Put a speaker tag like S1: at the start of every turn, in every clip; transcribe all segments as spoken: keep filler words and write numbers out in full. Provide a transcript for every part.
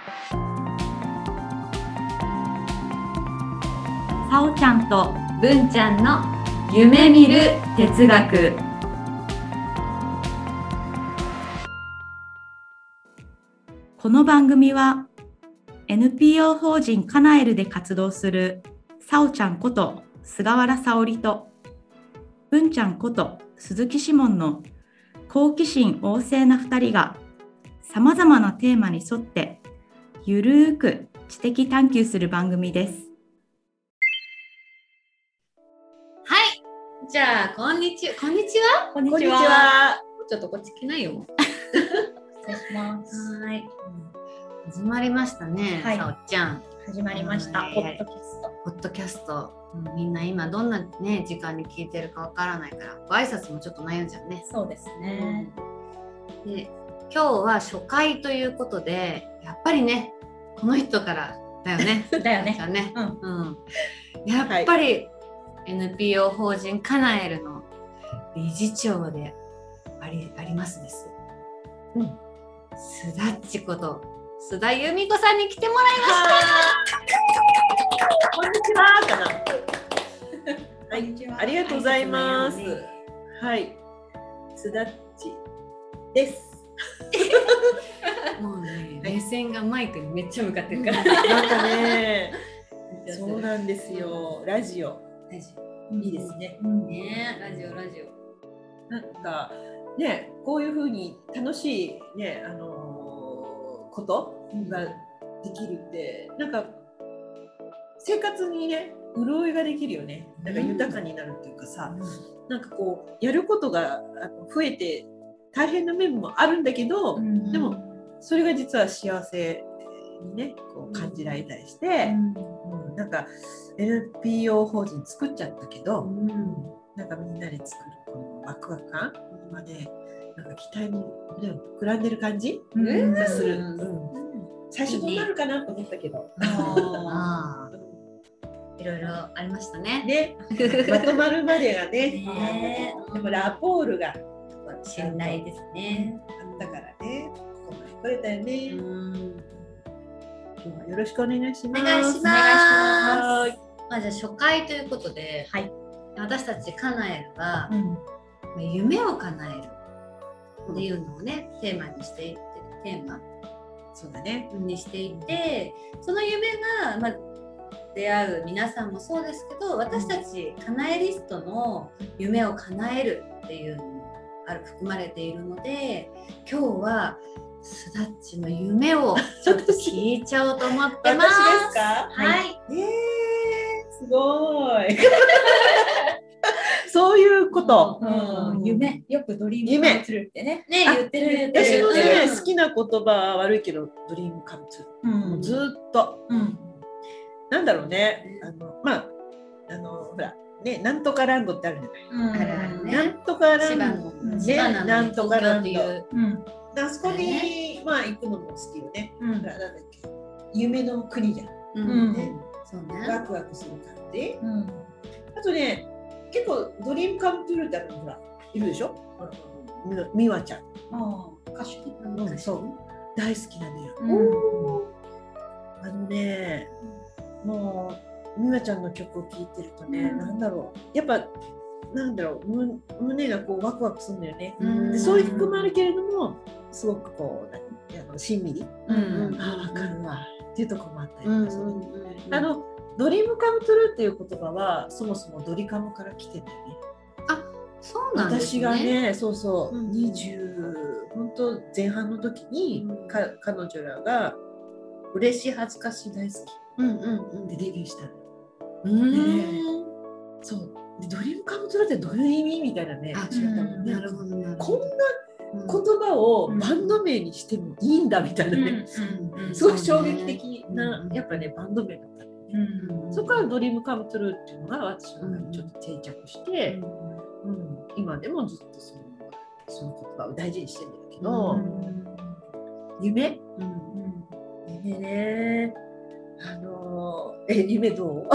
S1: さおちゃんと文ちゃんの夢見る哲学。この番組は エヌピーオー 法人カナエルで活動するさおちゃんこと菅原さおりと文ちゃんこと鈴木志門の好奇心旺盛なふたりがさまざまなテーマに沿ってゆるーく知的探求する番組です。
S2: はい、じゃあこんにちは。こんにちは。
S1: こんにちは。
S2: ちょっとこっち来ないよ。
S1: 失礼します。
S2: はい。始まりましたね。
S1: はい、
S2: さおちゃん。
S1: 始まりました。
S2: はい
S1: ポッドキャスト。
S2: ポッドキャスト。うん、みんな今どんなね時間に聞いてるかわからないからご挨拶もちょっと悩んじゃうね。
S1: そうですね。
S2: うん、で今日は初回ということでやっぱりねこの人からだよね。
S1: だよね。
S2: だね。
S1: うん
S2: うん。やっぱり、はい、エヌピーオー 法人カナエルの理事長であり、ありますです。うん。すだっちこと須田由美子さんに来てもらいました。
S3: こんにちはかな。はい、ありがとうございます。はい、すだっちです。
S2: もうね、目線がマイクにめっちゃ向かってるから。
S3: なんかね、そうなんですよ。ラジオ。
S2: ラジオ
S3: いいですね。
S2: ね、ラジオラジオ。
S3: なんかね、こういう風に楽しいね、あのー、ことができるって、なんか生活にね、潤いができるよね。なんか豊かになるっていうかさ、うん、なんかこうやることが増えて大変な面もあるんだけど、うん、でもそれが実は幸せにね、こう感じられたりして、うんうん、なんか エヌピーオー 法人作っちゃったけど、うん、なんかみんなで作るこのワクワク感はね、なんか期待に、ね、膨らんでる感じがする、うんうん、最初どうなるかなと思ったけど、
S2: あいろいろありましたね。
S3: ね、まとまるまでがね、ね、でもラポールが
S2: 信頼ですね。
S3: あったからね、ここまで来れたよね。うん、今日はよろしくお願いします。
S2: お願いします。まあ、じゃあ初回ということで、はい、私たちカナエルは、うん、夢を叶えるっていうのをね、テーマにしていってテーマ
S3: そうだね
S2: にしていて、その夢が、まあ、出会う皆さんもそうですけど、私たちカナエリストの夢を叶えるっていうのもある含まれているので、今日はすだっちの夢をちょっと聞いちゃおうと思ってます。
S3: 私ですか？
S2: はい。
S3: えー、すごい。そういうこと。
S1: うんうん、夢、よくドリームカムツルーってね。
S2: ね、言ってる言ってる。
S3: 私のね、好きな言葉は悪いけど、ドリームカムツルー。うん、もうずっと。うん、なんだろうね。あの、まあ、あの、ほら。ね、なんとかランドってあるじゃない。
S2: うんあるあるね、
S3: なんとかランド、
S2: ね、
S3: なんとかランド。
S2: うん、
S3: あそこに、ね、まあ行くのも好きよね。うん、なんだっけ、夢の国じゃん。うんね、そうね。ワクワクする感じ。うん、あとね、結構ドリームカムトゥルーってあるのほらいるでしょ。みわちゃん。
S1: ああ、歌手。
S3: うん、そう大好きなのよ。うん、あのね、もう。みわちゃんの曲を聴いてるとね、うん、なんだろう、やっぱなんだろう、む胸がこうワクワクするんだよね。でそういう曲もあるけれども、すごくこうあのしんみり、うんうん、あ分かるわっていうところもあったりとかする。あのドリームカムトゥルーっていう言葉はそもそもドリカムから来てんだよね。
S2: あ、そうなんですね。
S3: 私がね、そうそう、うん、にじゅう本当前半の時に、うん、か彼女らが嬉しい恥ずかしい大好き、うんうんうん、でデビューしたの。うん、ね、そうでドリームカムトゥルーってどういう意味みたいなね。
S2: あ、うん、なるほどね。
S3: こんな言葉をバンド名にしてもいいんだみたいなね、うん、すごい衝撃的な、うん、やっぱねバンド名だったんで、ね、うん、そこからドリームカムトゥルーっていうのが私の中にちょっと定着して、うんうん、今でもずっとその、その言葉を大事にしてるんだけど、うん、夢、うん、夢ね、あのー、え夢どう？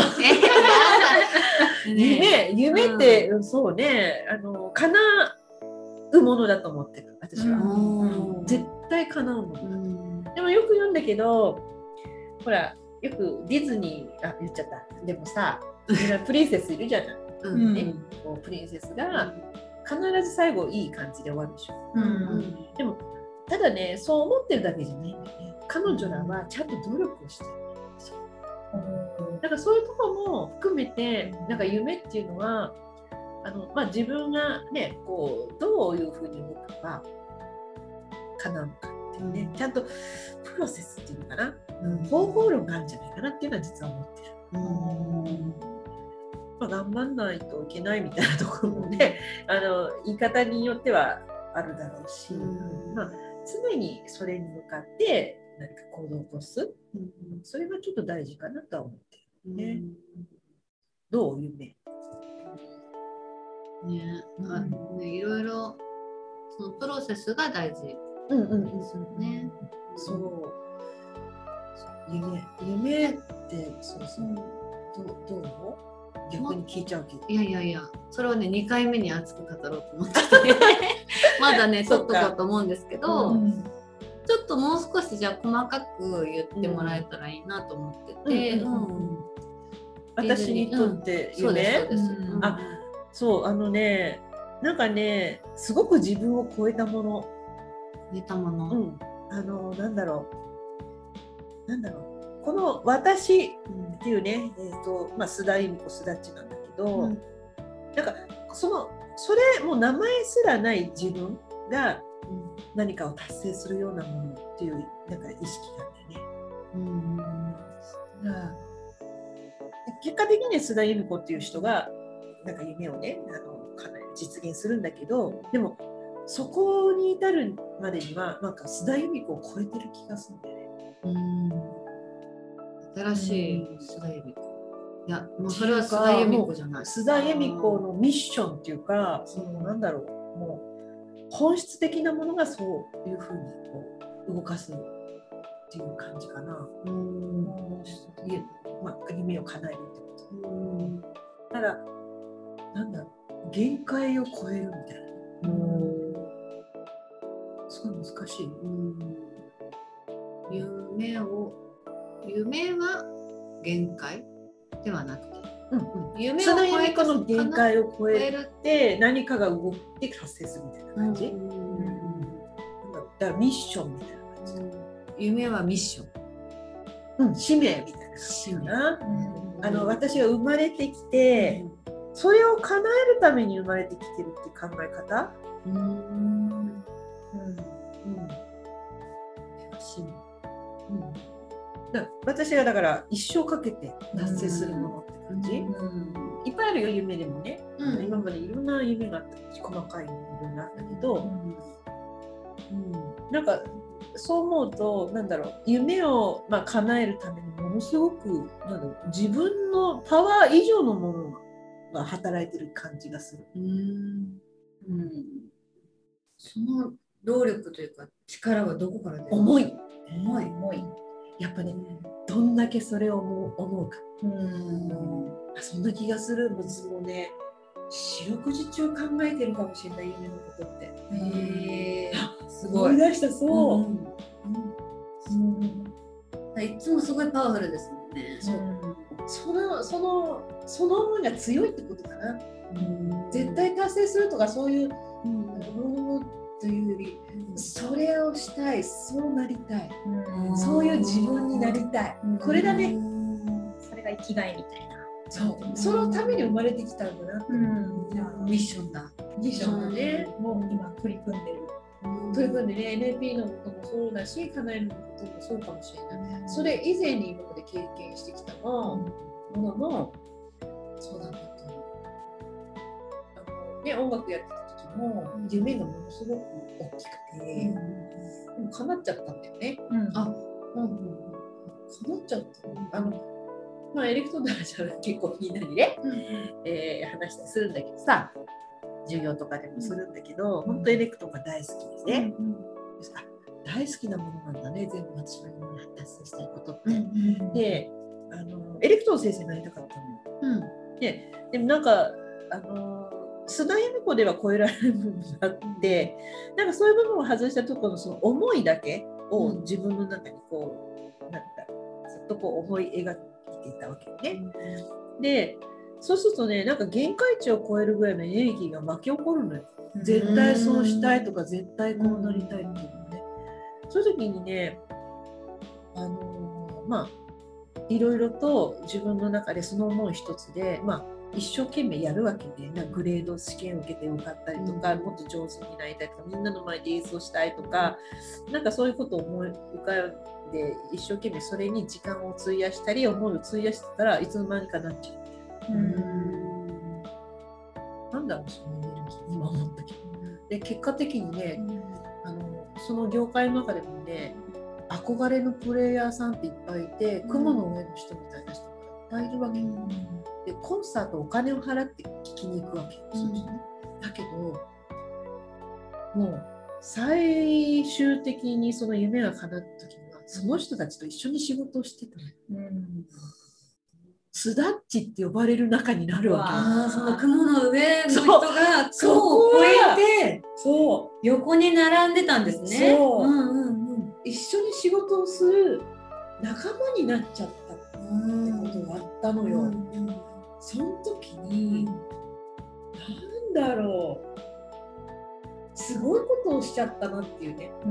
S3: 夢夢って、うん、そうね、あの叶うものだと思ってる私は、うん、絶対叶うものだと、うん、でもよく言うんだけど、ほらよくディズニーあ言っちゃった。でもさ、プリンセスいるじゃない。
S2: う
S1: うん
S2: ん
S3: ね、こうプリンセスが必ず最後いい感じで終わるでしょ。
S1: うん
S3: でもただね、そう思ってるだけじゃないんだよね。彼女らはちゃんと努力をしてるんですよ。だからそういうところも含めて、なんか夢っていうのはあの、まあ、自分がねこうどういうふうに動けば叶うのかっていうね、ちゃんとプロセスっていうのかな、方法論があるんじゃないかなっていうのは実は思ってる。
S2: うん
S3: まあ、頑張んないといけないみたいなところもね、あの言い方によってはあるだろうし、
S2: うん
S3: まあ、常にそれに向かって何か行動を起こす、
S2: うん
S3: それがちょっと大事かなとは思ってるね。
S2: うん
S3: どう夢？
S2: ね、まあね、いろいろそのプロセスが大事
S3: うんうん
S2: ですよね。
S3: そう夢夢ってそうそう、どうどう逆に聞いちゃうけど、
S2: いやいやいや、それをねにかいめに熱く語ろうと思っててまだねちょっとかと思うんですけど、
S1: うん
S2: ちょっともう少しじゃあ細かく言ってもらえたらいいなと思ってて、
S3: うんうんうん私にとって
S2: そうで
S3: 夢、
S2: すそうです、
S1: うん
S2: うん
S3: あそうあのねなんかねすごく自分を超えたもの、
S2: 寝たもの、
S3: うん、あのなんだろうなんだろうこの私っていうね、えーとまあ、須田由美子須田っちなんだけど、
S2: うん
S3: なんかそのそれもう名前すらない自分が何かを達成するようなものっていうなんか意識なんだよね。
S2: うん
S3: が結果的には須田由美子っていう人がなんか夢をねあのかなり実現するんだけど、でもそこに至るまでにはなんか須田由美子を超えてる気がするんだよね。
S2: うん新しい須田由美子、いやもうそれは須田由美子じゃない、
S3: 須田由美子のミッションっていうか、そのなんだろう、もう本質的なものがそういうふうにこう動かすっていう感じかな。
S2: うん
S3: いまあ、夢を叶えるってこと。
S2: うん
S3: だからなんだろう、限界を超えるみたいな。すごい難しい。
S2: うん夢を夢は限界ではなくて、
S3: うんうん、
S2: 夢
S3: 須田由
S2: を超え
S3: 美子の限界を超え
S2: る
S3: て何かが動いて達成するみたいな感じ。
S2: うん
S3: なんだろう、だからミッションみたいな感じ。
S2: 夢はミッション、
S3: うん、使命みたいな感じかな。あの私が生まれてきて、それを叶えるために生まれてきてるっていう考え方。
S2: うんうん
S3: うん
S2: 使命、
S3: うん、だ私がだから一生かけて達成するものって感じ。
S2: うん
S3: いっぱいあるよ夢でもね、
S2: うん
S3: 今までいろんな夢があったし細かいのいろんなあったけど、うんなんかそう思うとなんだろう、夢を、まあ、叶えるためにものすごくなんだろう、自分のパワー以上のものが働いてる感じがする。
S2: うんうんその労力というか力はどこから出る？
S3: 思い
S2: 思い
S3: 思いやっぱね、どんだけそれを思う思うか、
S1: うん
S3: あそんな気がする。もうね四六時中考えてるかもしれない夢のことって。
S2: へえすご
S3: 思
S2: い
S3: い出した。そう、
S2: うんうんいつもすごいパワフルですもんね。
S3: そうそのそのその思いが強いってことかな。絶対達成するとかそういうものというより、それをしたい、そうなりたい、
S2: うん
S3: そういう自分になりたい、これだね。
S1: それが生きがいみたいな。
S3: そうそのために生まれてきたんだなって、
S1: じゃあ
S2: ミッションだ。
S3: ミッションだね。
S1: もう今取り組んでる。
S3: 取り組んでね エヌエーピー のこともそうだし、叶えることもそうかもしれない。それ以前に今まで経験してきたものもそうだなと思う。あのね、音楽やってた時も夢がものすごく大きくて、でも叶っちゃったんだよね。
S2: あ、
S3: うんうんうん、叶っちゃった。あのまあエレクトーンの話は結構みんなにね、えー、話したりするんだけどさ、授業とかでもするんだけど、本当エレクトーンが大好きでね。あ、大好きなものなんだね、全部私の今達成したいことって。で、あのエレクトーン先生になりたかったのよ。
S2: うん、
S3: で, でもなんかあの須田由美子では超えられる部分があって、なんかそういう部分を外したところのその思いだけを自分の中にこうなんだずっとこう思い描いていたわけよね。でそうするとねなんか限界値を超えるぐらいのエネルギーが巻き起こるのよ。絶対そうしたいとか絶対こうなりたいっていうのね。そういう時にねあのー、まあいろいろと自分の中でその思い一つで、まあ、一生懸命やるわけで、なんかグレード試験を受けて受かったりとか、うん、もっと上手になりたいとかみんなの前で演奏したいとか、なんかそういうことを思い浮かんで一生懸命それに時間を費やしたり思いを費やしてたらいつの間にかなっちゃって、うん、なんだろうそのエネルギー今思ったけど、で結果的にね、うん、あのその業界の中でもね憧れのプレイヤーさんっていっぱいいて、雲の上の人みたいな人がいっぱいいるわけよ、うん、でコンサートお金を払って聴きに行くわけよ、うん、だけどもう最終的にその夢が叶った時にはその人たちと一緒に仕事をしてたの、うん、スダッチって呼ばれる中になるわけよ。
S2: あその雲の上の人が雲を越えてそう横に並んでたんですね。
S3: そう、うんうんうん、一緒に仕事をする仲間になっちゃったってことがあったのよ、うんうん、その時に、うん、なんだろうすごいことをしちゃったなっていうね、うん、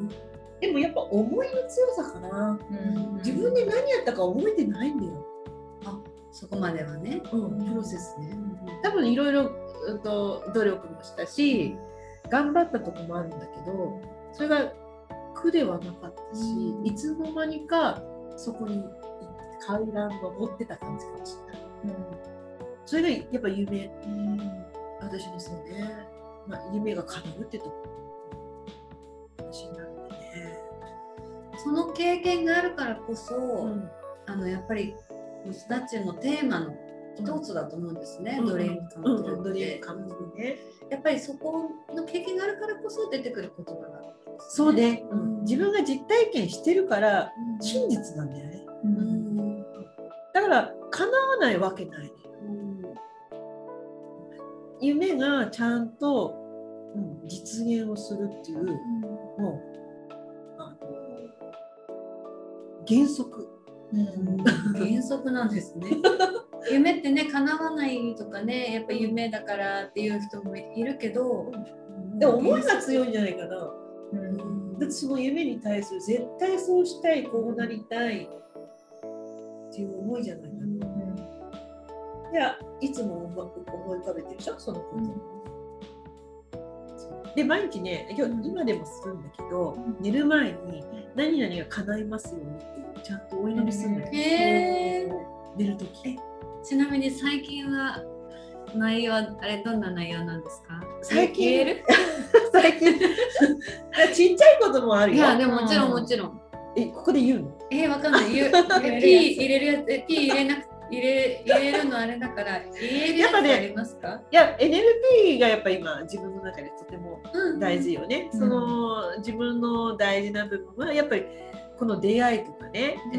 S3: でもやっぱ思いの強さかな、うん、自分で何やったか覚えてないんだよ。
S2: あそこまではね、
S3: うん、プロセスね、うん、多分いろいろ努力もしたし頑張ったとこもあるんだけどそれが苦ではなかったし、うん、いつの間にかそこに階段登ってた感じかもしれない、うん、それがやっぱ夢、うん、私のそうね、まあ、夢が叶うってとこ話になるんでね。
S2: その経験があるからこそ、うん、あのやっぱりスタッチのテーマの一つだと思うんですね、うん、ドリームカムトゥルーって、うん、ドリームカムトゥルーね。やっぱりそこの経験があるからこそ出てくる言葉があるんですね。
S3: そうね、うん、自分が実体験してるから真実なんだよね、うん、だから叶わないわけないね、うん、夢がちゃんと、うん、実現をするっていう、うん、もうあの原則
S2: うん、原則なんですね。夢ってね叶わないとかねやっぱ夢だからっていう人もいるけど、
S3: うん、でも思いが強いんじゃないかな、うん、だってその夢に対する絶対そうしたいこうなりたいっていう思いじゃないかな、うん、いやいつも思い浮かべてるでしょそのこと、うん、で毎日ね今でもするんだけど、うん、寝る前に何々が叶いますようにってちゃんとお祈りするんだけど、えー、寝るとき。
S2: ちなみに最近は内容はあれどんな内容なんですか？
S3: 最近言える？最近ちっちゃいこともあるよ。
S2: いやでももちろんもちろん。
S3: えここで言うの？
S2: えわかんない。言う P 入れるやつ P 入れなく入れ入れるのあれだから言えるやつありますか？
S3: ね、いや エヌエルピー がやっぱ今自分の中でとても大事よね。うん、その自分の大事な部分はやっぱりこの出会いとかね、うん、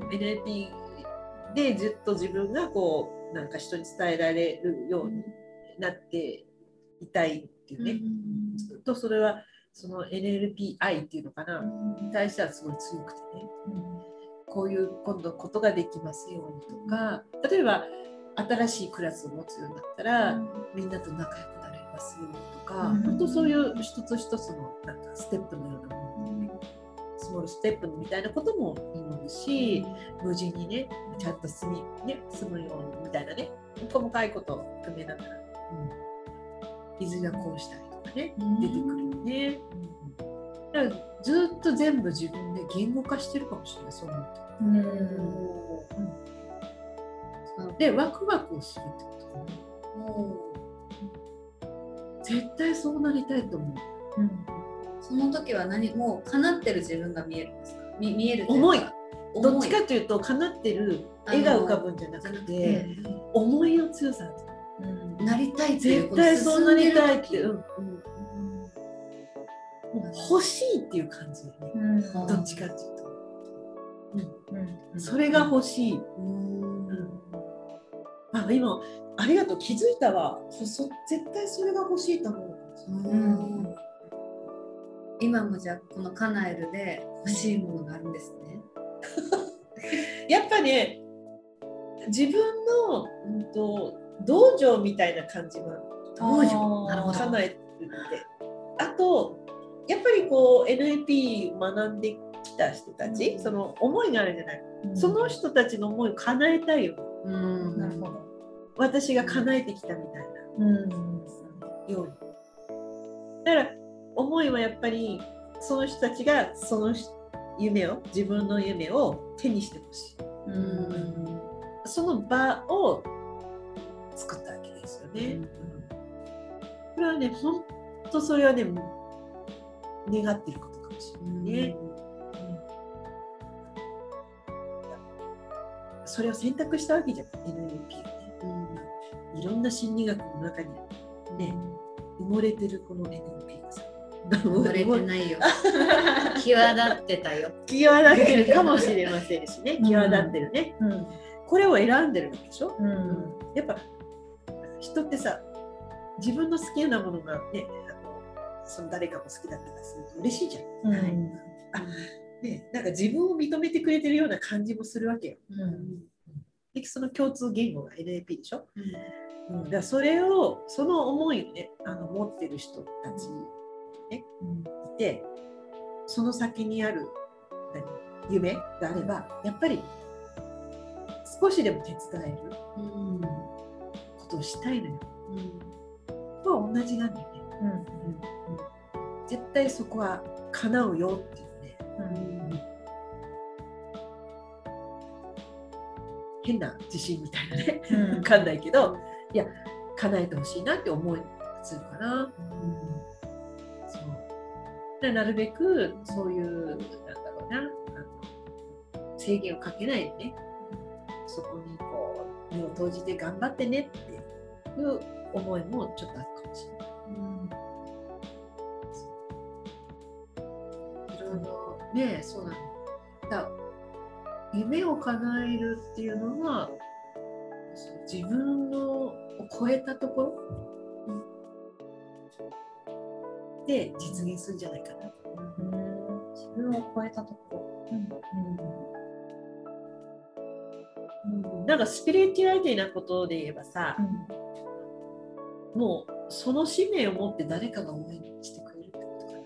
S3: エヌエルピー でずっと自分がこうなんか人に伝えられるようになっていたいっていうね、うん、ずっとそれはその エヌエルピーアイ っていうのかな、うん、に対してはすごい強くてね、うん、こういう今度ことができますようにとか、例えば新しいクラスを持つようになったら、うん、みんなと仲良くなれますようにとか、うん、本当そういう一つ一つのなんかステップのようなもの、ね、スモールステップみたいなことも祈るし、無事にねちゃんと住み、ね、住むようにみたいなね細かいことを含めながら、うん、いずれはこうしたりとかね、うん、出てくるよね、うん、だからずっと全部自分で言語化してるかもしれないそう思うと、うんうん、でワクワクをするってことかね、うん、絶対そうなりたいと思う、うん、
S2: その時は何もう叶ってる自分が見えるんですか？見、見えるというか
S3: 思いどっちかというと叶ってる絵が浮かぶんじゃなくて、うん、思いの強さ、
S2: うん、なりたいっていう
S3: 絶対そうなりたいって、うんうんうん、欲しいっていう感じだね、うん、どっちかっていうと、うんうん、それが欲しい、うんうん、あ今ありがとう気づいたわそそ絶対それが欲しいと思う、うん
S2: 今もじゃあこのカナエルで欲しいものがあるんですね。
S3: やっぱね、自分の、うんと、道場みたいな感じは
S2: 道場、なるほど。
S3: 叶えてるって。あとやっぱりこう エヌエルピー 学んできた人たち、うん、その思いがあるじゃない、うん、その人たちの思いを叶えたいよ、うん、なるほど。私が叶えてきたみたいな、うん、ように。だから思いはやっぱりその人たちがその夢を、自分の夢を手にしてほしい、うん、その場を作ったわけですよね、うん、これはね、本当それはね、願っていることかもしれないね、うんうん、それを選択したわけじゃん、 エヌエルピー はね、うん、いろんな心理学の中にね、埋もれてるこの エヌエルピー がさ、
S2: 埋もれてないよ際立ってたよ
S3: 際立ってるかもしれませんしね、際立ってるね、うんうん、これを選んでるわけでしょ、うんうん、やっぱ人ってさ、自分の好きなものがね、その誰かも好きだったらすると嬉しいじゃん、うん、はい、あ、ね、なんか自分を認めてくれてるような感じもするわけよ、うん、でその共通言語が エヌエルピー でしょ、うんうん、だからそれを、その思いをね、あの持ってる人たち、ね、うん、いて、その先にある夢があれば、やっぱり少しでも手伝えることをしたいのよ、うん、と同じなんだよね、うんうんうん、絶対そこは叶うよっていうね、うん、変な自信みたいなね、うん、分かんないけど、いや叶えてほしいなって思いがするかな、うん、そうで、なるべくそういうなんだろうな、あの制限をかけないでね、そこにこう身を投じて頑張ってねっていう思いもちょっとあるかもしれない、うん、いろいろね、そうなのだ、夢を叶えるっていうのは自分のを超えたところ、うん、で実現するんじゃないかな、うん、
S2: 自分を超えたところ、うん
S3: うん、なんかスピリチュアリティなことで言えばさ、うん、もうその使命を持って誰かが応援してくれるってことかな、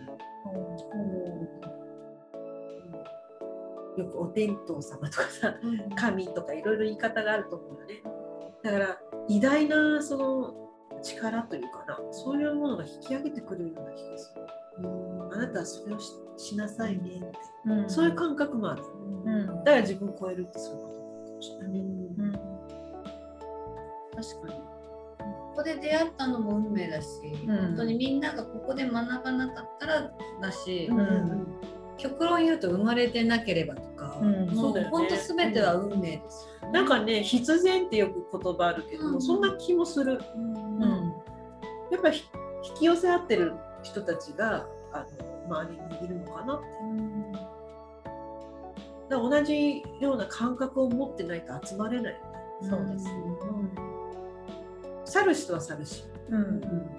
S3: うん、よくお天道様とかさ、うん、神とかいろいろ言い方があると思うよね。だから偉大なその力というかな、そういうものが引き上げてくれるような気がする、うん、あなたはそれを し, しなさいねって、うん、そういう感覚もある、うん、だから自分を超えるってそういうことかもしれないね、うんうん、
S2: 確かにここで出会ったのも運命だし、うん、本当にみんながここで学ばなかったらだし、うんうん、極論言うと生まれてなければとか、うん、もう本当すべては運命ですよね、
S3: うん、なんかね、必然ってよく言葉あるけども、うん、そんな気もする、うんうん、やっぱり引き寄せ合ってる人たちがあの周りにいるのかなって、うん、だから同じような感覚を持ってないと集まれないよね、
S2: うん、そうですね、
S3: うん、去る人は去るし、うんうん、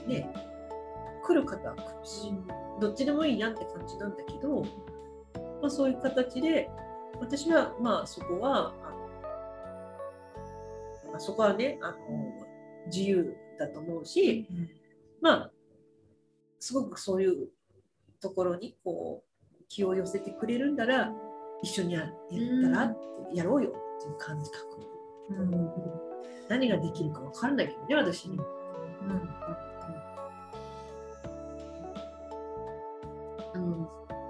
S3: ね、来る方は来るし、うん、どっちでもいいやって感じなんだけど、まあ、そういう形で私はまあそこはあの、まあ、そこはね、あの自由だと思うし、うん、まあすごくそういうところにこう気を寄せてくれるんだら一緒にやったら、うん、やろうよっていう感じ覚、うん、何ができるか分からないけどね、私にも、うんうん
S2: あの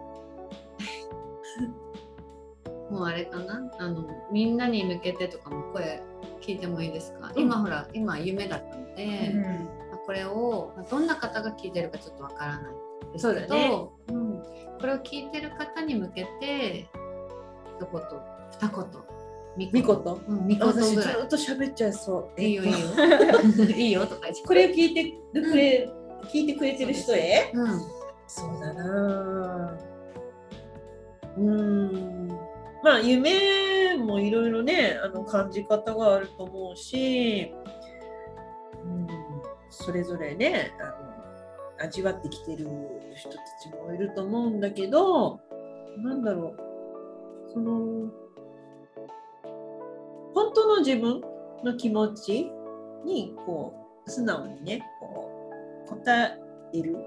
S2: もうあれかな、あのみんなに向けてとかも声聞いてもいいですか、うん、今ほら今夢だったので、うん、これをどんな方が聞いてるかちょっとわからないですけど、そうだね、うん、これを聞いてる方に向けて一言二言
S3: みこと、
S2: うん、みことぐらい
S3: ずっと喋っちゃいそう、
S2: いいよいいよいいよとか
S3: これを聞いてくれ、うん、聞いてくれてる人へ、
S2: うん、
S3: そうだな、うーん、まあ夢もいろいろね、あの感じ方があると思うし、うん、それぞれね、あの味わってきてる人たちもいると思うんだけど、なんだろう、その本当の自分の気持ちにこう素直にねこう答える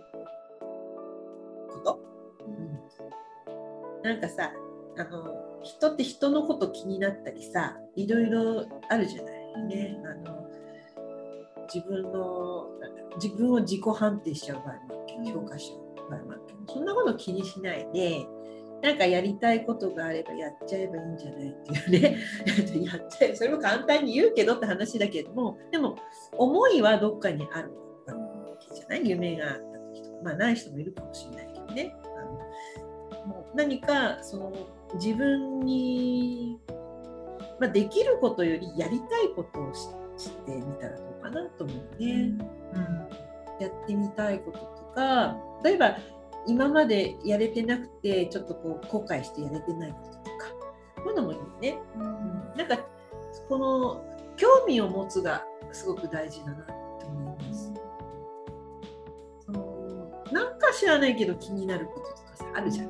S3: こと、うん、なんかさ、あの人って人のこと気になったりさ、いろいろあるじゃないね。あの自分の自分を自己判定しちゃう場合もあるけど、評価しちゃう場合もあるけど、そんなこと気にしないで、なんかやりたいことがあればやっちゃえばいいんじゃないっていうねやっちゃえ、それも簡単に言うけどって話だけども、でも思いはどっかにあるわけじゃない。夢があった時とか、まあない人もいるかもしれないけどね、あのもう何かその自分に、まあ、できることよりやりたいことをししてみたらどうかなと思うね、うん、やってみたいこととか、例えば今までやれてなくてちょっとこう後悔してやれてないこととか、そういうのもいいね、うん、なんかこの興味を持つがすごく大事だなと思います、うん、そのなんか知らないけど気になることとかさあるじゃん、うん、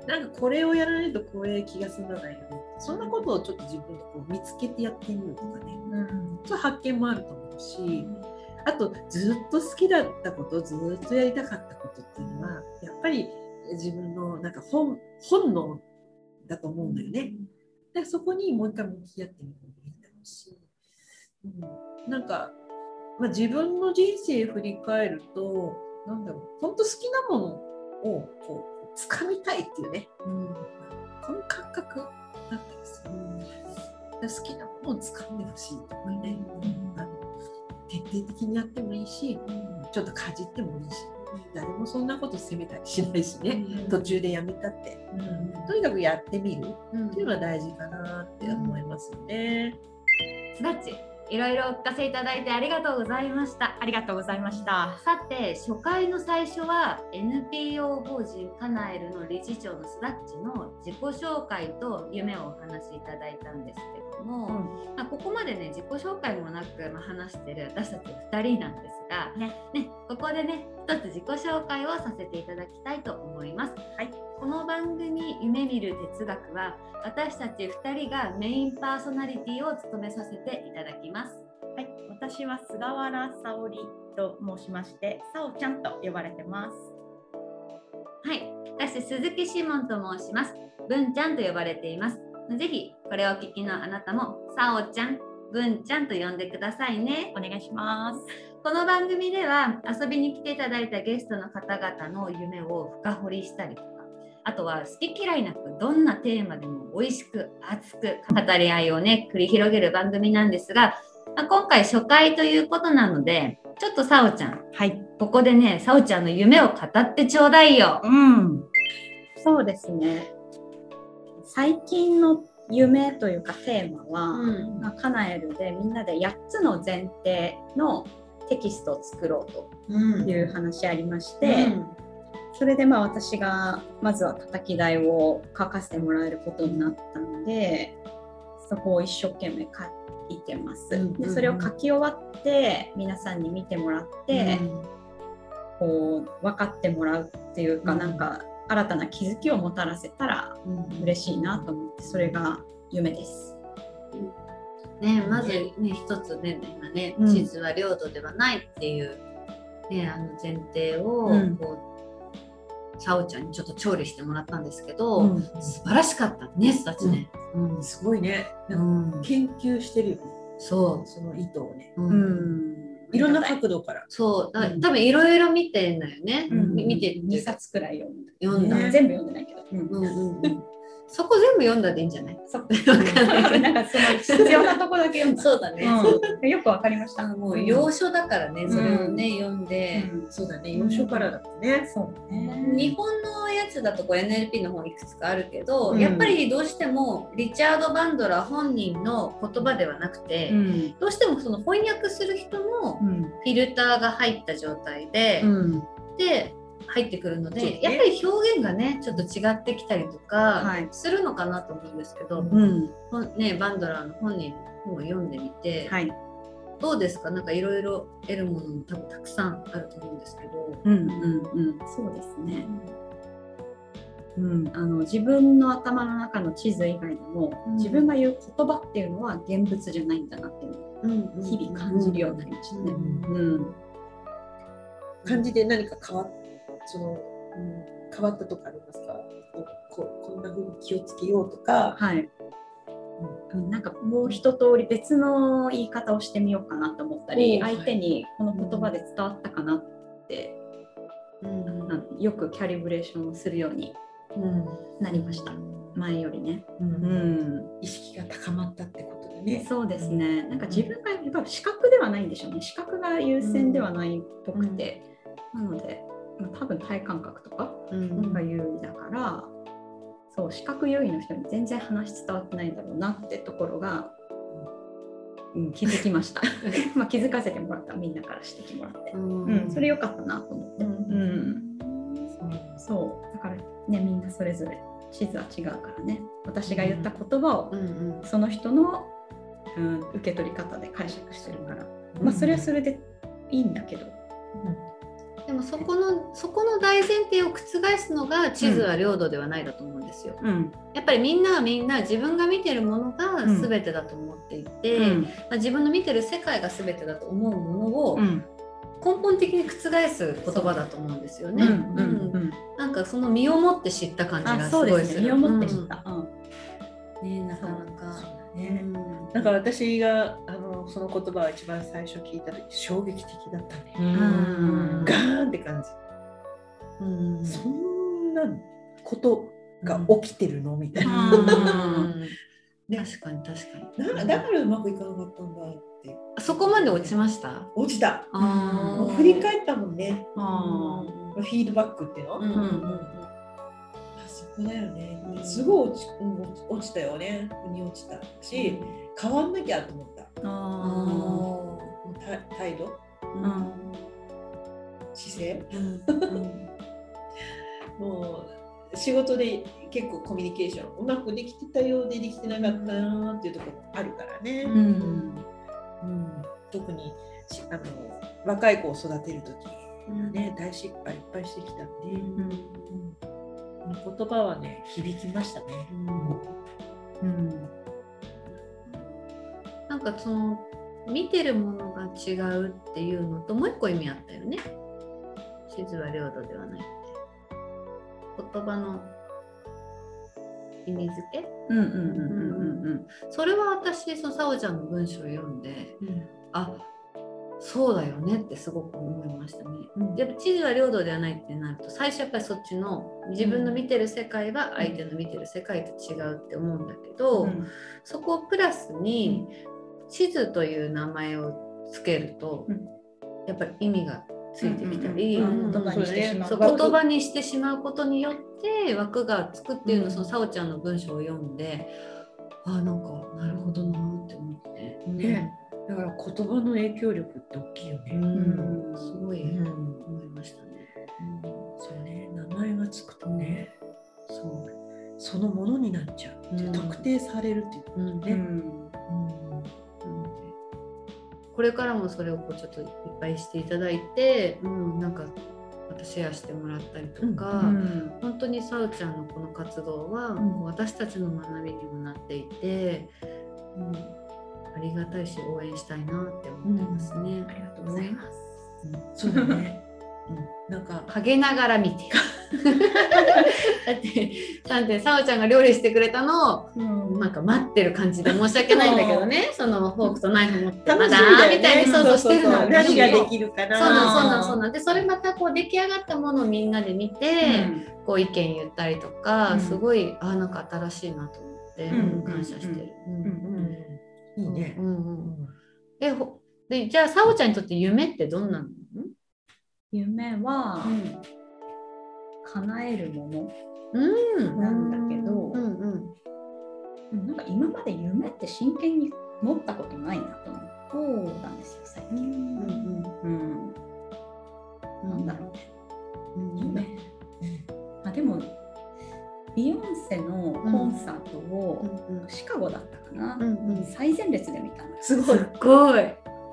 S3: なんかこれをやらないとこれ気が済まないよね、そんなことをちょっと自分でこう見つけてやってみるとかね、うん、そう発見もあると思うし、あとずっと好きだったこと、ずっとやりたかったことっていうのはやっぱり自分のなんか 本, 本能だと思うんだよね。だからそこにもう一回向き合ってみるのもいいだろうし、うん、なんか、まあ、自分の人生振り返ると、なんだろう、本当好きなものをこう掴みたいっていうね、うん、この感覚だったんですよ、うん、好きなものを掴んでほしいとかね、うん、あの徹底的にやってもいいし、うん、ちょっとかじってもいいし、誰もそんなこと責めたりしないしね、うん、途中でやめたって、うん、とにかくやってみるっていうのは大事かなって思いますよね。
S2: すだっち、いろいろお聞かせいただいてありがとうございました。
S1: ありがとうございました。
S2: さて、初回の最初は エヌピーオー 法人カナエルの理事長のすだっちの自己紹介と夢をお話しいただいたんですけども、うん、まあ、ここまでね自己紹介もなく、まあ、話してる私たちふたりなんですが、ねね、ここでね一つ自己紹介をさせていただきたいと思います。はい、この番組夢見る哲学は私たちふたりがメインパーソナリティを務めさせていただきます。
S1: はい、私は菅原沙織と申しまして、さおちゃんと呼ばれてます。
S2: はい、私鈴木志門と申します。文ちゃんと呼ばれています。ぜひこれをお聞きのあなたもさおちゃん、文ちゃんと呼んでくださいね。
S1: お願いします。
S2: この番組では遊びに来ていただいたゲストの方々の夢を深掘りしたりとか、あとは好き嫌いなくどんなテーマでも美味しく熱く語り合いをね繰り広げる番組なんですが、今回初回ということなので、ちょっとさおちゃん、はい、ここでねさおちゃんの夢を語ってちょうだいよ。
S1: うん、そうですね。最近の夢というかテーマは、うんまあ、カナエルでみんなでやっつの前提のテキストを作ろうという話ありまして、うんうん、それでまあ私がまずは叩き台を書かせてもらえることになったので、そこを一生懸命書いてます、うんうんうん、でそれを書き終わって皆さんに見てもらって、うん、こう分かってもらうっていうか、うん、なんか新たな気づきをもたらせたら嬉しいなと思って、それが夢です、
S2: うんね、まずね一つね今ね、うん、地図は領土ではないっていう、ね、あの前提をこう、うん、さおちゃんにちょっと調理してもらったんですけど、うん、素晴らしかったね、すだちね、
S3: うんうん、すごいね、なんか研究してるよね、
S2: そう
S3: その意図をね、
S2: うんうん
S3: いろんな角度から。
S2: そう、だ多分いろいろ見てんだよね。うん、見て
S1: にさつくらい読んだ。
S2: 読んだ、
S1: ね、全部読んでないけど。うん
S2: うんうん、そこ全部読んだでいいんじゃない？
S1: そっか。なんかその必要なとこだけ読んだ。
S2: そうだね。
S1: うん、よくわかりました。
S2: もう要所だからね、それをね、うん、読んで、
S3: うん、そうだね、要所からだとね。
S1: そうね。
S2: 日本のやつだとこう エヌエルピー の本いくつかあるけど、うん、やっぱりどうしてもリチャード・バンドラ本人の言葉ではなくて、うん、どうしてもその翻訳する人のフィルターが入った状態で、うん、で入ってくるので、ね、やっぱり表現がねちょっと違ってきたりとかするのかなと思うんですけど、はい、ね、バンドラーの本人の本を読んでみて、はい、 どうですか？なんかいろいろ得るものも多分たくさんあると思うんですけど。
S1: うんうんうん、そうですね。うん、あの自分の頭の中の地図以外でも、うん、自分が言う言葉っていうのは現物じゃないんだなっていうのを日々感じるようになりましたね。うんうん、
S3: 感じで何か変わっその、うん、変わったとかありますか？こ, こんな風に気をつけようとか、
S1: はい、うん、なんかもう一通り別の言い方をしてみようかなと思ったり、相手にこの言葉で伝わったかなって、うん、よくキャリブレーションをするようになりました、うん、前よりね、うんうん、
S3: 意識が高まったってことでね。
S1: そうですね。なんか自分がやっぱ視覚ではないんでしょうね。視覚が優先ではないっぽくて、うん、なので、まあ、多分体感覚とかが優位だから、うん、そう視覚優位の人に全然話伝わってないんだろうなってところが、うん、気づきました。まあ気づかせてもらった、みんなから指摘もらって、うんうん、それ良かったなと思って、うんうんそうだからね、みんなそれぞれ地図は違うからね、私が言った言葉をその人の、うん、受け取り方で解釈してるから、まあそれはそれでいいんだけど、
S2: うん、でもそこのそこの大前提を覆すのが地図は領土ではないだと思うんですよ、うん、やっぱりみんなはみんな自分が見てるものが全てだと思っていて、うんまあ、自分の見てる世界が全てだと思うものを、うん根本的に覆す言葉だと思うんですよね。うんうんうん、なんかその身をもって知った感じがすごいする。
S1: そうですね、身をもって知った。うん
S2: うん、ね、なかなか。
S3: ね、うん、なんか私があのその言葉を一番最初聞いた時衝撃的だったね。うんガーンって感じ。うん、そんなことが起きてるのみたいな。うん
S2: ね、確かに確か
S3: に。だ, だからうまくいかなかったんだって。
S2: そこまで落ちました？
S3: 落ちた。あもう振り返ったもんね。あフィードバックっていうの、うんうんうん、あそこだよね。すごい落ち、落ちたよね。腑に落ちたし、うん、変わんなきゃと思った。あた態度、うん、姿勢、うん、もう仕事で結構コミュニケーションうまくできてたようでできてなかったなっていうところあるからね、うんうん、特にあの若い子を育てる時はね、大失敗いっぱいしてきたんで、うんうん、言葉はね響きましたね、うんうん、
S2: なんかその見てるものが違うっていうのともう一個意味あったよね。地図は領土ではないって言葉の意味付け、それは私そのさおちゃんの文章を読んで、うん、あそうだよねってすごく思いましたね、うん、やっぱ地図は領土ではないってなると最初やっぱりそっちの自分の見てる世界は相手の見てる世界と違うって思うんだけど、うん、そこをプラスに地図という名前をつけると、うん、やっぱり意味がついてきたり、言葉にしてしまうことによって枠がつくっていうのを、うん、そのさおちゃんの文章を読んで、ああなんかなるほどなって思って、うん
S3: ね、だから言葉の影響力って大きいよね、う
S2: ん、すごい、うん、思いましたね、
S3: うん、そうね、名前がつくとね、そうそのものになっちゃう、うん、特定されるっていうことね、うんうん
S2: これからもそれをこうちょっといっぱいしていただいて、うん、なんかまたシェアしてもらったりとか、うん、本当にさおちゃんのこの活動は、うん、私たちの学びにもなっていて、うん、ありがたいし応援したいなって思ってますね、うん、
S1: ありがとうございます、
S3: うん、そうだねうん、なんか
S2: 陰ながら見てだってさんてんさおちゃんが料理してくれたのを、うん、なんか待ってる感じで申し訳ないんだけどねそのフォークとナイフ持ってまだみたいに想像してるの
S3: 何ができるかな
S2: そうなんそうなんそうなんでそれまたこう出来上がったものをみんなで見て、うん、こう意見言ったりとか、うん、すごいあなんか新しいなと思って、うん、感謝してる
S3: いいね
S2: ででじゃあさおちゃんにとって夢ってどんなの？
S1: 夢は、うん、叶えるものなんだけど、うんうんうん、なんか今まで夢って真剣に持ったことないなと思ったんですよ最近、うんうんうん、なんだろうね、うん、夢、うん、あでもビヨンセのコンサートを、うんうん、シカゴだったかな、うんうん、最前列で見たの
S2: すごいすごい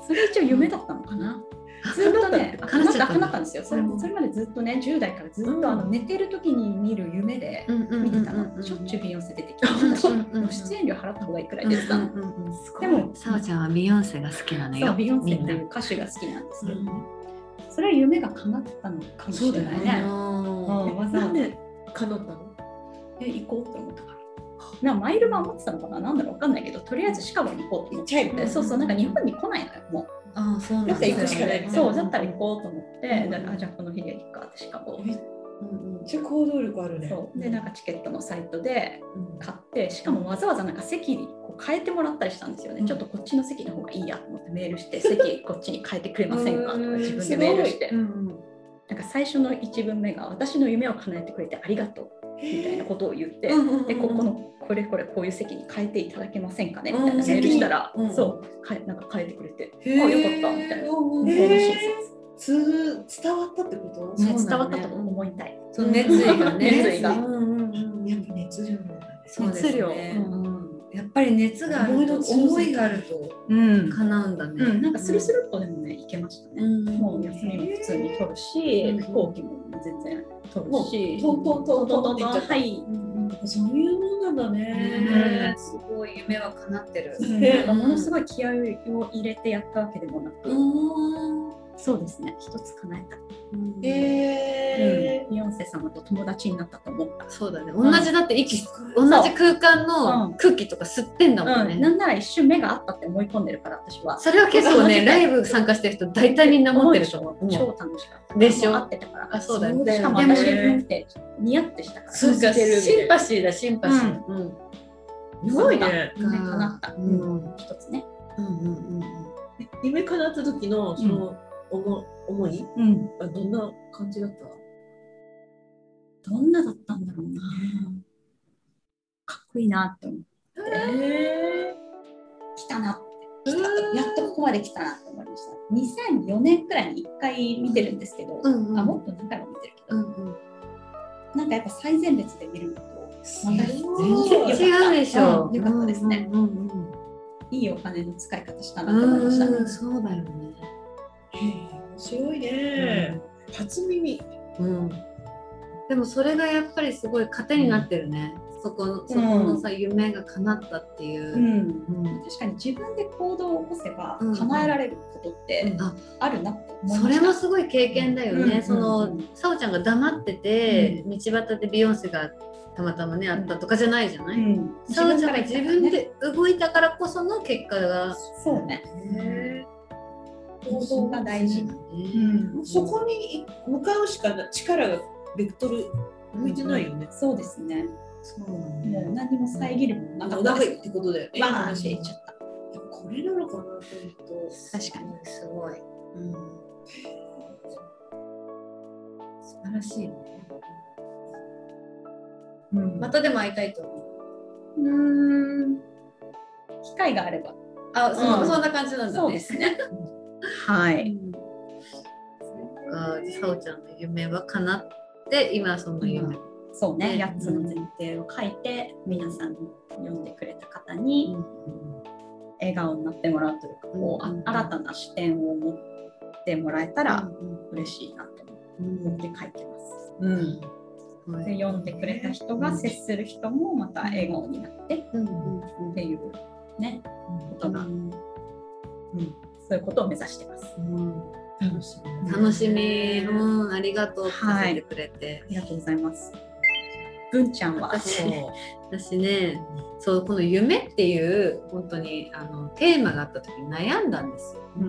S1: それ一応夢だったのかな。ずっとね、叶った叶ったんですよ。それもそれまでずっとね、じゅう代からずっとあの寝てる時に見る夢で見てたの。しょっちゅうビヨンセ出てきて、出演料払った方がいいくらい出てたの。でも
S2: さおちゃんはビヨンセが好きなのよ。
S1: ビヨンセっていう歌手が好きなんですけどね。それは夢が叶ったのかもしれないね。
S3: なんで叶ったの？
S1: え、行こうって思ったから。なマイルマン持ってたのかな、なんだろうわかんないけど、とりあえずシカゴに行こうと思って、そうそう、なんか日本に来ないのよ、もう。
S2: ああ、そうなんだ。
S1: 行くしかない。そう、だったら行こうと思って、あ、じゃあこの日で行くかってシカゴ。
S3: めっちゃ行動力あるね。
S1: そうで、なんかチケットのサイトで買って、しかもわざわざなんか席にこう変えてもらったりしたんですよね。ちょっとこっちの席の方がいいやと思ってメールして、席こっちに変えてくれませんかとか自分でメールして。なんか最初の一文目が私の夢を叶えてくれてありがとうみたいなことを言って、でここのこれこれこういう席に変えていただけませんかねみたいなメールしたら、そうかなんか変えてくれて、あよかったみたいな、親
S3: 切伝わったってこと？
S1: 伝わったと思いたい。
S2: その熱意がね、
S1: 熱意が。
S3: やっぱ熱量なんだね。
S1: 熱量。
S2: やっぱり熱があると、思いがあると叶うんだね。
S1: うん、なんかスルスルっとでもね、行けましたね。もう休みも普通に取るし、飛行機も全然取るし、
S3: トントントントントンって言っちゃった。
S1: はい。
S3: そういうもんなんだね。
S2: すごい夢は叶ってる。
S1: ものすごい気合を入れてやったわけでもなく、そうですね、一つ叶えた。
S3: ええ、
S1: ビヨンセ様と友達になったと思った。
S2: そうだね。同じだって息、同じ空間の空気とか吸ってんだもんね。
S1: なんなら一瞬目があったって思い込んでるから私は。
S2: それは結構ね、ライブ参加してる人大体みんな持ってると思う。
S1: 超楽しかった。
S2: でしょ。
S1: 合ってたから。
S2: あ、そうだね。
S1: しかも私ってニヤってしたから。
S2: そうか、シンパシーだ、シンパシー。
S3: すごいね。
S1: 夢叶った。一つね。
S3: 夢叶った時のその思思いはどんな感じだった？
S1: どんなだったんだろうな。かっこいいなって思って。来たなって。やっとここまで来たなって思いました。にせんよねんくらいにいっかい見てるんですけど、あ、もっと何回も見てるけど、なんかやっぱ最前列で見るのとまた全然違うでしょ。よかったですね。いいお金の使い方したなと思いましたね。
S2: そうだよね。
S3: 面白いね。初耳。
S2: でもそれがやっぱりすごい糧になってるね。そこのそこのさ、夢が叶ったっていう。
S1: 確かに自分で行動を起こせば叶えられることってあるなって思いました。
S2: それもすごい経験だよね。そのさおちゃんが黙ってて道端でビヨンセがたまたまねあったとかじゃないじゃない。さおちゃんが自分で動いたからこその結果が。
S1: そうね。行動が大事。
S3: そこに向かうしか力がベクトル向いてないよね。
S1: そうですね。もう何も遮るものなかった
S3: ってことだよね。
S1: わーって言っちゃった。
S3: これなのかなと思うと
S1: 確かに
S2: すごい。素晴らしいね。またでも会いたいと思う。
S1: うん。機会があれば。
S2: あ、そそんな感じなんだね。
S1: そうですね。はい。
S2: さおちゃんの夢は叶って今その夢。
S1: そうね、やっつの前提を書いて、皆さん読んでくれた方に笑顔になってもらうというか、こう新たな視点を持ってもらえたら嬉しいなと思って書いてます。で読んでくれた人が接する人もまた笑顔になってっていうね、ことが、そういうことを目指してます。
S2: 楽しみ。楽しみ。うん、ありがとう。させてくれて。
S1: ありがとうございます。文ちゃんは
S2: 私、私ね、そうこの夢っていう本当にあのテーマがあった時に悩んだんですよ。うん、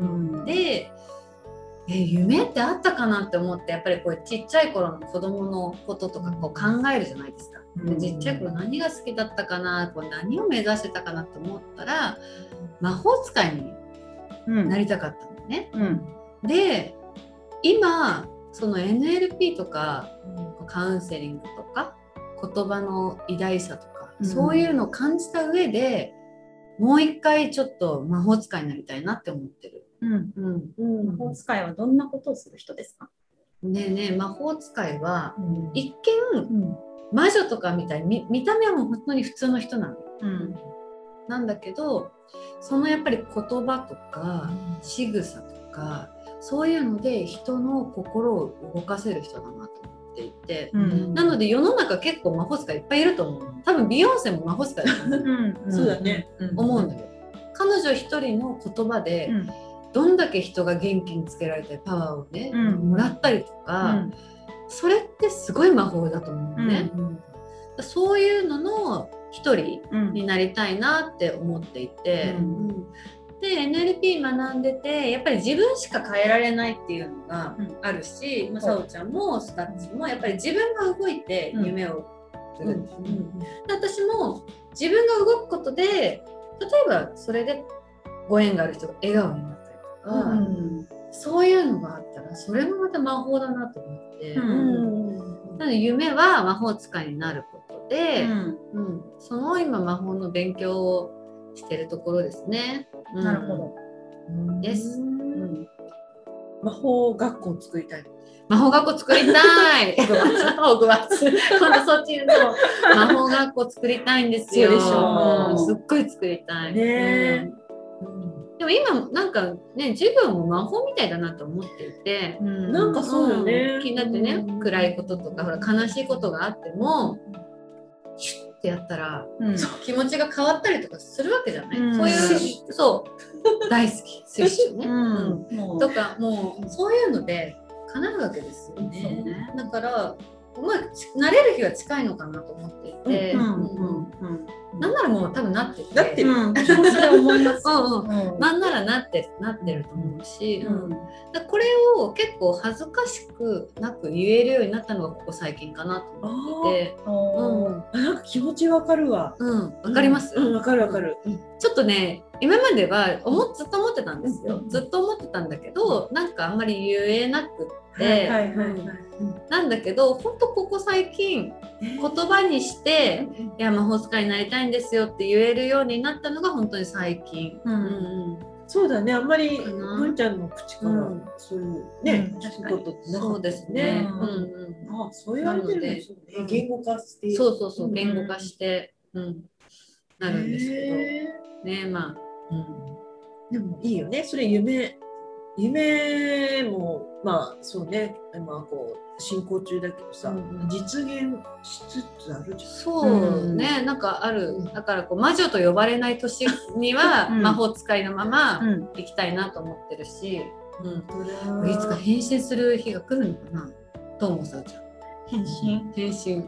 S2: で、え夢ってあったかなって思ってやっぱりこうちっちゃい頃の子供のこととかこう考えるじゃないですか。でちっちゃい頃何が好きだったかな、こう何を目指してたかなって思ったら魔法使いになりたかったのね。うんうん、で今その エヌエルピー とか、うん、カウンセリングとか言葉の偉大さとか、うん、そういうのを感じた上でもう一回ちょっと魔法使いになりたいなって思ってる。
S1: うんうんうん、魔法使いはどんなことをする人ですか？
S2: ねえねえ、魔法使いは、うん、一見、うん、魔女とかみたいに 見, 見た目はもう本当に普通の人なの、うん、 なんだけど、そのやっぱり言葉とか仕草とかそういうので人の心を動かせる人だなと思っていて、うん、なので世の中結構魔法使いいっぱいいると思う。多分ビヨンセも魔法使いだと思う、
S3: うん、そうだね、
S2: 思うんだよ。彼女一人の言葉で、うん、どんだけ人が元気につけられたりパワーをね、うん、もらったりとか、うん、それってすごい魔法だと思うね、うんうん、そういうのの一人になりたいなって思っていて、うんうん、で エヌエルピー 学んでてやっぱり自分しか変えられないっていうのがあるし、うん、まあ、さおちゃんもスタッチもやっぱり自分が動いて夢をするんです、うんうん、で私も自分が動くことで例えばそれでご縁がある人が笑顔になったりとか、うん、そういうのがあったらそれもまた魔法だなと思って、うん、なので夢は魔法使いになることで、うんうん、その今魔法の勉強をしてるところですね。
S1: うん、なるほど、
S2: うん、です、うん、
S3: 魔法学校を作りたい。
S2: 魔法学校作りたい。ホグワーツ。今度そっちの魔法学校作りたいんですよ。
S3: そうでしょう。
S2: うん、すっごい作りたい。
S3: ね、
S2: うん、でも今なんかね授業も魔法みたいだなと思っていて、
S3: うん、なんかそうよね。
S2: 気になってね、うん、暗いこととかほら悲しいことがあってもシュッてやったら、うん、気持ちが変わったりとかするわけじゃない。うん、そういうそう大好きスイッシュね、うんうん、とかもうそういうので叶うわけですよね。ね、だからまあ慣れる日は近いのかなと思っていて、なんならもう多分なってて、
S3: なってる。
S2: うん、それ思います。うんうん、なんならなってなってると思うし、うん、だこれを結構恥ずかしくなく言えるようになったのがここ最近かなと思ってて、
S3: うん、なんか気持ちわかるわ。
S2: うん、わかります。
S3: うん、わかるわかる。
S2: ちょっとね。今までは思ずっと思ってたんですよ、うん、ずっと思ってたんだけどなんかあんまり言えなくってなんだけど本当ここ最近言葉にして「いや魔法使いになりたいんですよ」って言えるようになったのが本当に最近、うんうん、
S3: そうだねあんまり文ちゃんの口から、うん、そういうね、うん、聞くことってなかった。
S2: そうですね、うん
S3: うん、あそう言われてるんですよね、言語化して
S2: そうそうそう言語化して、うん、なるんですけどねまあうん、
S3: でもいいよねそれ夢夢もまあそうねまあこう進行中だけどさ、うん、実現しつつあるじゃん。
S2: そうね、うん、なんかあるだからこう魔女と呼ばれない年には魔法使いのまま行きたいなと思ってるし、うんうん、いつか変身する日が来るのかなと思うさちゃん。
S1: 変身
S2: 変身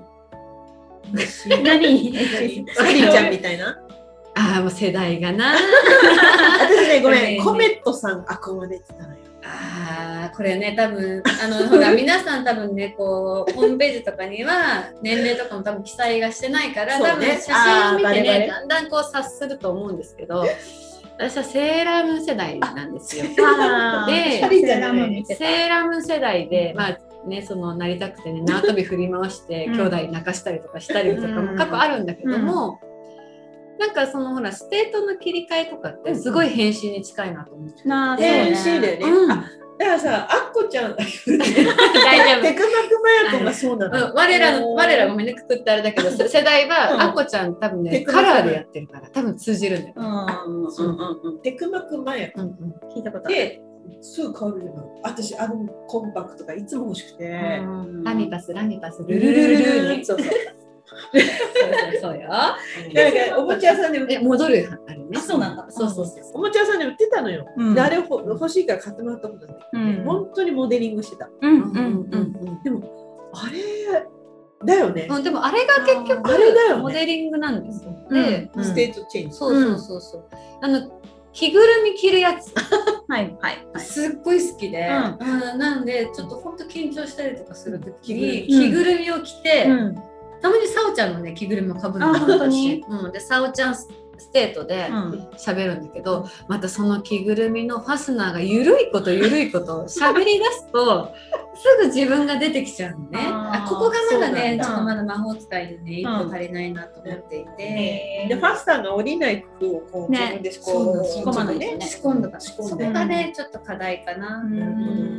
S1: 何
S3: サリーちゃんみたいな。
S2: ああもう世代がな
S3: 私ねごめんコメットさん憧れてたのよ。
S2: ああこれね多分あのほら皆さん多分ねこうホームページとかには年齢とかも多分記載がしてないから、ね、多分写真を見てねバレバレだんだんこう察すると思うんですけど私はセーラームーン世代なんですよ。でセーラームーン世代でまあね、そのなりたくてね縄跳び振り回して兄弟泣かしたりとかしたりとかも過去あるんだけども、うん、なんかそのほらステートの切り替えとかってすごい変身に近いなと思って、うん、
S3: 変身だよね、うん、あだからさあっこちゃん大丈夫テクマクマヤコがそうなの、
S2: うん、我らの我らごめんねくくってあれだけど世代はあっこちゃん多分ねカラーでやってるから多分通じるんだよ、
S3: ね、テクマクマヤコ、うんうん、
S2: 聞いたことある
S3: ですぐ変わるじゃない。私あのコンパクトがいつも欲しくて
S2: ラミパスラミパスルルルルルルそうそうそうそうそうよ。なんか
S3: おもちゃ屋さんで売って
S2: 戻るあるね。
S1: そうなんだ。
S2: そうそうそう。
S3: おもちゃ屋さんで売ってたのよ。であれを欲しいから買ってもらったことない。本当にモデリングしてた。
S2: うんうんうん
S3: でもあれだよね。
S2: でもあれが結局あれだよモデリングなんですよ。で
S3: ステートチェンジ。
S2: そうそうそうそう。あの着ぐるみ着るやつ。
S1: はいはいはい、
S2: すっごい好きで、うんうん、なんでちょっと本当緊張したりとかするときに着ぐるみを着て、うん、たまにさおちゃんのね着ぐるみをかぶるの
S1: 本当に、
S2: うん、でさおちゃんステートで喋るんだけど、うん、またその着ぐるみのファスナーがゆるいことゆるいこと喋り出すとすぐ自分が出てきちゃうのね。あここがまだねちょっとまだ魔法使いでね一歩足りないなと思っていて、
S3: うん、でファスナーが降りない工夫をこう自分で仕込
S2: まないとね仕込んだそこがねちょっと課題かな、うん、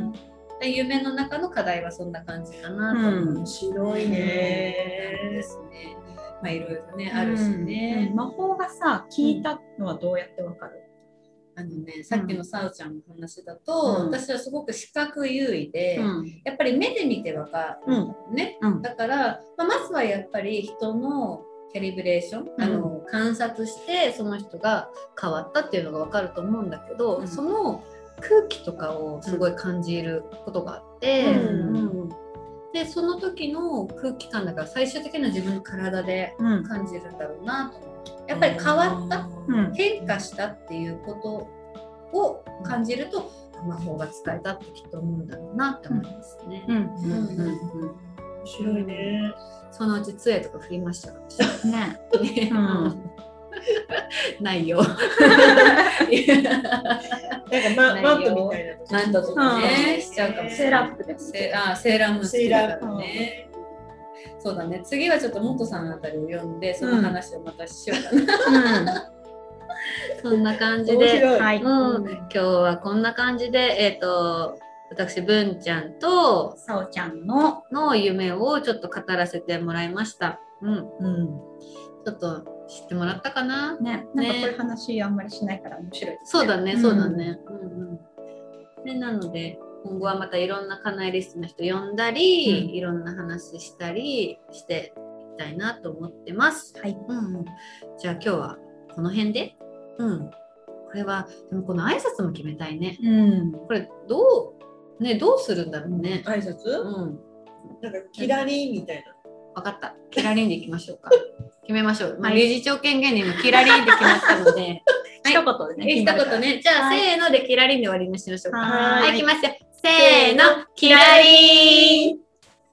S2: 夢の中の課題はそんな感じかなと思う、
S3: うん、面白いね
S2: ですね。 まあいろいろねあるしね、
S1: うん、魔法がさ効いたのはどうやってわかる？
S2: あのね、さっきのさおちゃんの話だと、
S1: うん、
S2: 私はすごく視覚優位で、
S1: うん、
S2: やっぱり目で見てわかる、うんねうん、だから、まあ、まずはやっぱり人のキャリブレーション、うん、あの観察してその人が変わったっていうのがわかると思うんだけど、うん、その空気とかをすごい感じることがあって、うんうん、でその時の空気感だから最終的には自分の体で感じるんだろうなと思って。やっぱり変わった、うん、変化したっていうことを感じると、うん、魔法が使えたってきっと思うんだろうなって思いますね。面
S3: 白いね。
S2: そのうち杖とか振りましたから
S1: ね。
S2: うん、ないよ。なんか
S3: ママントみたいな。
S2: マントとかね、しちゃうかもしれない。
S1: セーラー服です。
S2: あ、セーラームーン好きだからね。そうだね、次はちょっとモットさんあたりを読んでその話をまたしようかな、うん、そんな感じで、はいうん、今日はこんな感じで、えーと、私文ちゃんと
S1: さおちゃん の,
S2: の夢をちょっと語らせてもらいました、うんうん、ちょっと知ってもらったかな、
S1: ね、なんかこういう話あんまりしないから面白いですね。
S2: そうだねそうだね、うんうん、でなので今後はまたいろんなカナエリストの人呼んだり、うん、いろんな話したりしていきたいなと思ってます。はい、うん、じゃあ今日はこの辺で、うん、これはでもこの挨拶も決めたいね。うん、これどうねどうするんだろうね。
S3: 挨拶？うん。なんかキラリンみたいな。
S2: 分かった。キラリンでいきましょうか。決めましょう。まあ、理事長権限で今キラリンで決まったので。
S1: 一言でね。
S2: 一言ね。じゃあ、はい、せーのでキラリンで終わりにしましょうか。
S1: はい、
S2: はい、いきますよ。せーの、キラリン。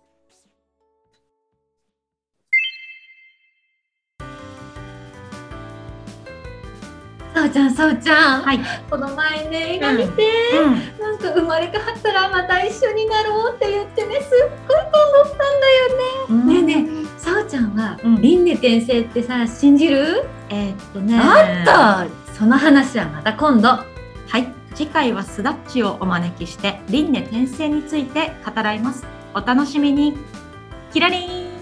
S2: さおちゃん、さおちゃん、はい、この前ね、映画見て、うんうん、なんか生まれ変わったらまた一緒になろうって言ってね、すっごい感動したんだよね。うん、ねえねえ、さおちゃんは、うん、輪廻転生ってさ、信じる？えー、っとね、あった、その話はまた今度。はい、次回はスダッチをお招きして輪廻転生について語らいます。お楽しみに。キラリン。